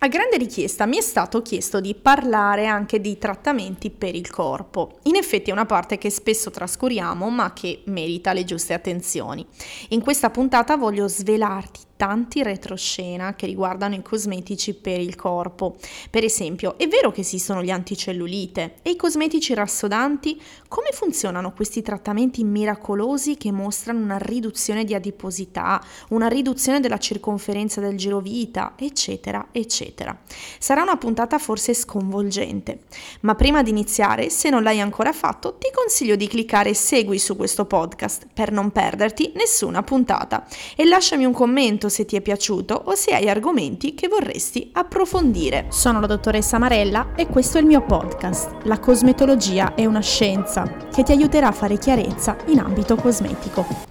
A grande richiesta mi è stato chiesto di parlare anche di trattamenti per il corpo. In effetti è una parte che spesso trascuriamo ma che merita le giuste attenzioni. In questa puntata voglio svelarti tanti retroscena che riguardano i cosmetici per il corpo. Per esempio, è vero che esistono gli anticellulite e i cosmetici rassodanti? Come funzionano questi trattamenti miracolosi che mostrano una riduzione di adiposità, una riduzione della circonferenza del girovita, eccetera, eccetera. Sarà una puntata forse sconvolgente, ma prima di iniziare, se non l'hai ancora fatto, ti consiglio di cliccare segui su questo podcast per non perderti nessuna puntata e lasciami un commento se ti è piaciuto o se hai argomenti che vorresti approfondire. Sono la dottoressa Marella e questo è il mio podcast. La cosmetologia è una scienza che ti aiuterà a fare chiarezza in ambito cosmetico.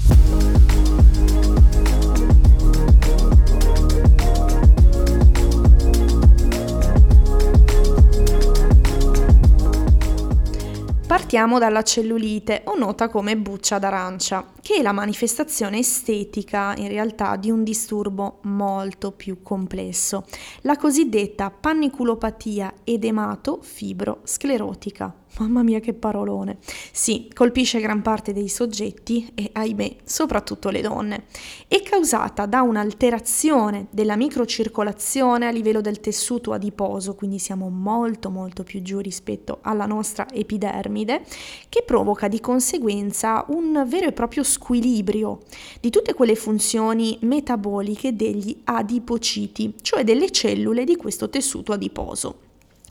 Partiamo dalla cellulite, o nota come buccia d'arancia, che è la manifestazione estetica in realtà di un disturbo molto più complesso, la cosiddetta panniculopatia edemato-fibro-sclerotica. Mamma mia che parolone! Sì, colpisce gran parte dei soggetti e, ahimè, soprattutto le donne. È causata da un'alterazione della microcircolazione a livello del tessuto adiposo, quindi siamo molto più giù rispetto alla nostra epidermide, che provoca di conseguenza un vero e proprio squilibrio di tutte quelle funzioni metaboliche degli adipociti, cioè delle cellule di questo tessuto adiposo.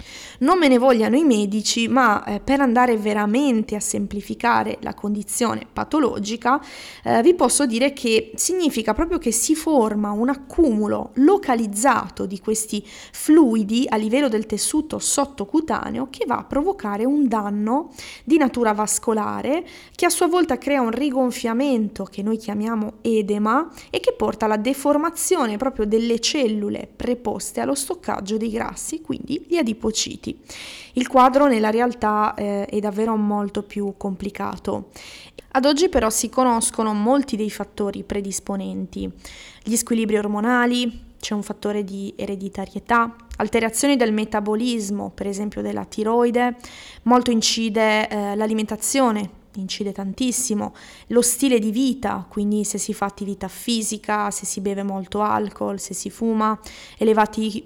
Non me ne vogliano i medici, ma per andare veramente a semplificare la condizione patologica, vi posso dire che significa proprio che si forma un accumulo localizzato di questi fluidi a livello del tessuto sottocutaneo che va a provocare un danno di natura vascolare che a sua volta crea un rigonfiamento che noi chiamiamo edema e che porta alla deformazione proprio delle cellule preposte allo stoccaggio dei grassi, quindi gli adipociti. Il quadro nella realtà è davvero molto più complicato. Ad oggi però si conoscono molti dei fattori predisponenti, gli squilibri ormonali, c'è un fattore di ereditarietà, alterazioni del metabolismo, per esempio della tiroide, molto incide l'alimentazione, incide tantissimo, lo stile di vita, quindi se si fa attività fisica, se si beve molto alcol, se si fuma, elevate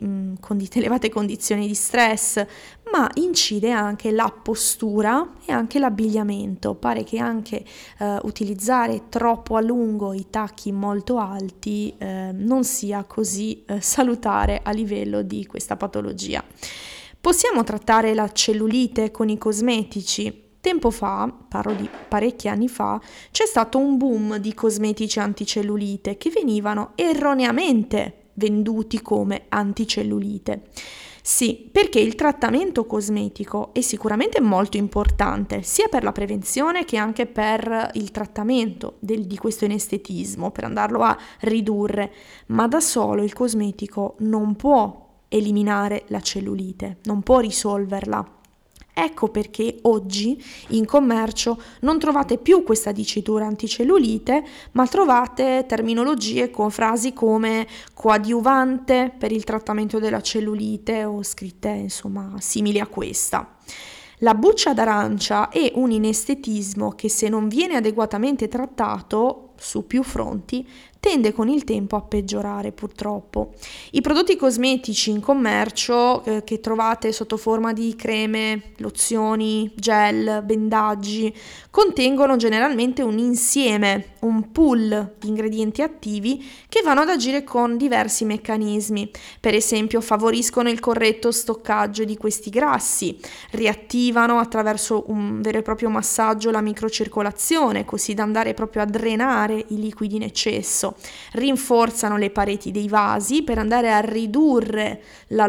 condizioni di stress, ma incide anche la postura e anche l'abbigliamento. Pare che anche utilizzare troppo a lungo i tacchi molto alti non sia così salutare a livello di questa patologia. Possiamo trattare la cellulite con i cosmetici? Tempo fa, parlo di parecchi anni fa, c'è stato un boom di cosmetici anticellulite che venivano erroneamente venduti come anticellulite. Sì, perché il trattamento cosmetico è sicuramente molto importante, sia per la prevenzione che anche per il trattamento di questo inestetismo, per andarlo a ridurre, ma da solo il cosmetico non può eliminare la cellulite, non può risolverla. Ecco perché oggi in commercio non trovate più questa dicitura anticellulite, ma trovate terminologie con frasi come coadiuvante per il trattamento della cellulite o scritte insomma simili a questa. La buccia d'arancia è un inestetismo che se non viene adeguatamente trattato su più fronti tende con il tempo a peggiorare purtroppo. I prodotti cosmetici in commercio che trovate sotto forma di creme, lozioni, gel, bendaggi, contengono generalmente un insieme, un pool di ingredienti attivi che vanno ad agire con diversi meccanismi. Per esempio favoriscono il corretto stoccaggio di questi grassi, riattivano attraverso un vero e proprio massaggio la microcircolazione, così da andare proprio a drenare i liquidi in eccesso. Rinforzano le pareti dei vasi per andare a ridurre il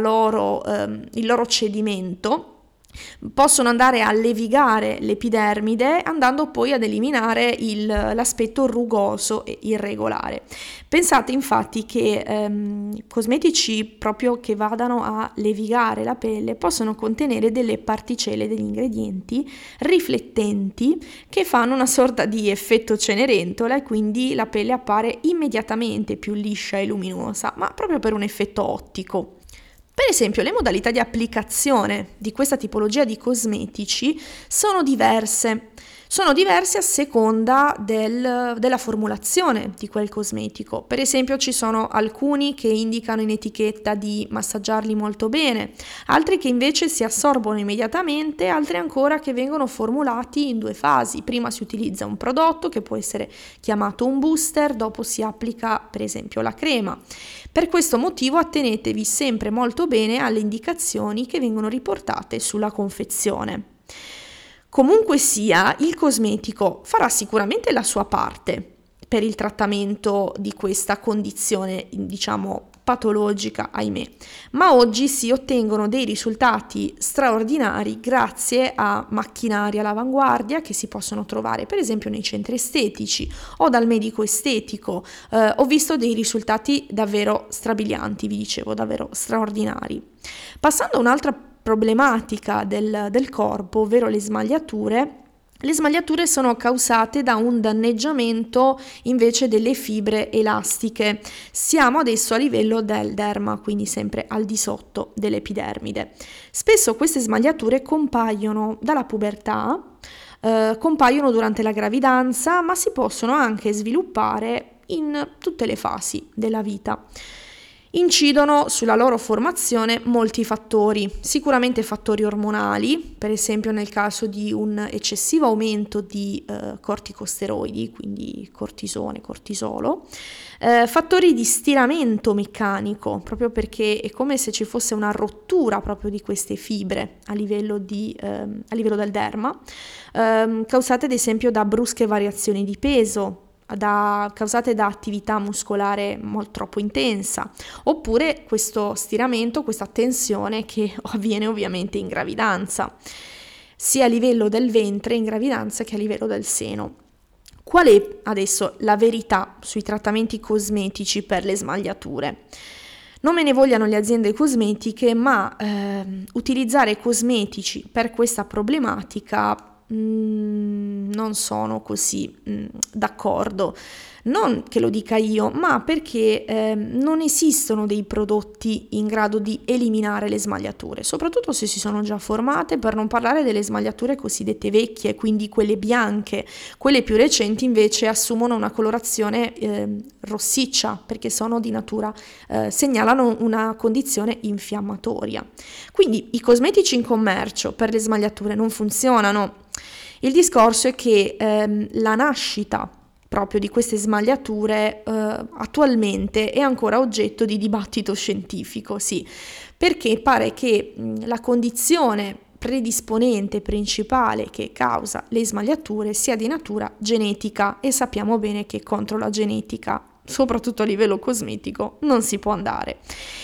loro cedimento, possono andare a levigare l'epidermide andando poi ad eliminare l'aspetto rugoso e irregolare. Pensate infatti che cosmetici proprio che vadano a levigare la pelle possono contenere delle particelle degli ingredienti riflettenti che fanno una sorta di effetto Cenerentola e quindi la pelle appare immediatamente più liscia e luminosa, ma proprio per un effetto ottico. Per esempio, le modalità di applicazione di questa tipologia di cosmetici sono diverse. Sono diverse a seconda della formulazione di quel cosmetico. Per esempio, ci sono alcuni che indicano in etichetta di massaggiarli molto bene, altri che invece si assorbono immediatamente, altri ancora che vengono formulati in 2 fasi. Prima si utilizza un prodotto che può essere chiamato un booster, dopo si applica per esempio la crema. Per questo motivo attenetevi sempre molto bene alle indicazioni che vengono riportate sulla confezione. Comunque sia, il cosmetico farà sicuramente la sua parte per il trattamento di questa condizione, diciamo, patologica, ahimè, ma oggi si ottengono dei risultati straordinari grazie a macchinari all'avanguardia che si possono trovare per esempio nei centri estetici o dal medico estetico. Ho visto dei risultati davvero strabilianti, vi dicevo, davvero straordinari. Passando a un'altra problematica del corpo, ovvero le smagliature. Le smagliature sono causate da un danneggiamento invece delle fibre elastiche. Siamo adesso a livello del derma, quindi sempre al di sotto dell'epidermide. Spesso queste smagliature compaiono dalla pubertà, compaiono durante la gravidanza, ma si possono anche sviluppare in tutte le fasi della vita. Incidono sulla loro formazione molti fattori, sicuramente fattori ormonali, per esempio nel caso di un eccessivo aumento di corticosteroidi, quindi cortisone, cortisolo, fattori di stiramento meccanico, proprio perché è come se ci fosse una rottura proprio di queste fibre a livello del derma, causate ad esempio da brusche variazioni di peso, causate da attività muscolare molto troppo intensa, oppure questo stiramento, questa tensione che avviene ovviamente in gravidanza, sia a livello del ventre in gravidanza che a livello del seno. Qual è adesso la verità sui trattamenti cosmetici per le smagliature? Non me ne vogliano le aziende cosmetiche, ma utilizzare cosmetici per questa problematica non sono così d'accordo. Non che lo dica io, ma perché non esistono dei prodotti in grado di eliminare le smagliature, soprattutto se si sono già formate, per non parlare delle smagliature cosiddette vecchie, quindi quelle bianche. Quelle più recenti invece assumono una colorazione rossiccia, perché sono di natura, segnalano una condizione infiammatoria. Quindi i cosmetici in commercio per le smagliature non funzionano. Il discorso è che la nascita proprio di queste smagliature attualmente è ancora oggetto di dibattito scientifico, sì, perché pare che la condizione predisponente principale che causa le smagliature sia di natura genetica, e sappiamo bene che contro la genetica, soprattutto a livello cosmetico, non si può andare.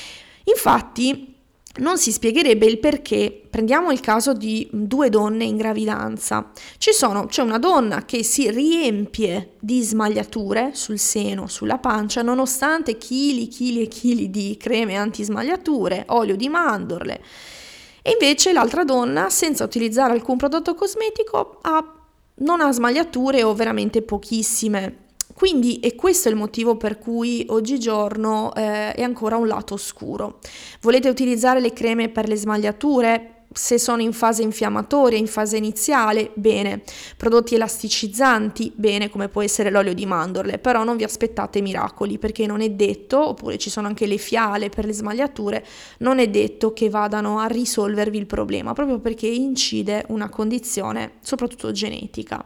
Infatti non si spiegherebbe il perché. Prendiamo il caso di 2 donne in gravidanza. C'è una donna che si riempie di smagliature sul seno, sulla pancia, nonostante chili e chili di creme antismagliature, olio di mandorle. E invece l'altra donna, senza utilizzare alcun prodotto cosmetico, non ha smagliature o veramente pochissime. Quindi è questo il motivo per cui oggigiorno è ancora un lato oscuro. Volete utilizzare le creme per le smagliature? Se sono in fase infiammatoria, in fase iniziale, bene. Prodotti elasticizzanti, bene, come può essere l'olio di mandorle, però non vi aspettate miracoli, perché non è detto, oppure ci sono anche le fiale per le smagliature, non è detto che vadano a risolvervi il problema, proprio perché incide una condizione soprattutto genetica.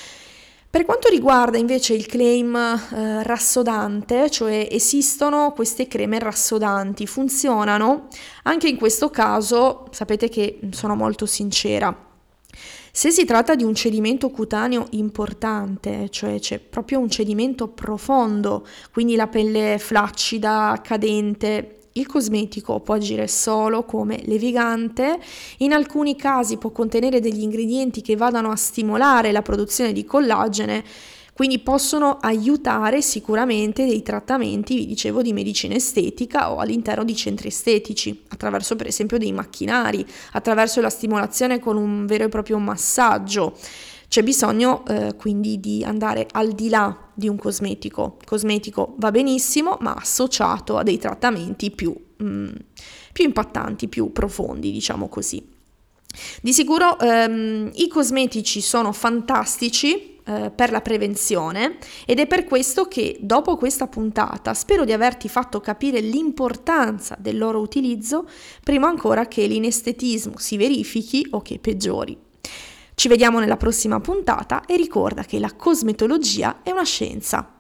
Per quanto riguarda invece il claim rassodante, cioè esistono queste creme rassodanti, funzionano? Anche in questo caso sapete che sono molto sincera. Se si tratta di un cedimento cutaneo importante, cioè c'è proprio un cedimento profondo, quindi la pelle flaccida, cadente, il cosmetico può agire solo come levigante, in alcuni casi può contenere degli ingredienti che vadano a stimolare la produzione di collagene, quindi possono aiutare sicuramente dei trattamenti, vi dicevo, di medicina estetica o all'interno di centri estetici, attraverso per esempio dei macchinari, attraverso la stimolazione con un vero e proprio massaggio. C'è bisogno quindi di andare al di là di un cosmetico. Il cosmetico va benissimo, ma associato a dei trattamenti più più impattanti, più profondi, diciamo così. Di sicuro i cosmetici sono fantastici per la prevenzione ed è per questo che dopo questa puntata spero di averti fatto capire l'importanza del loro utilizzo prima ancora che l'inestetismo si verifichi o che peggiori. Ci vediamo nella prossima puntata e ricorda che la cosmetologia è una scienza.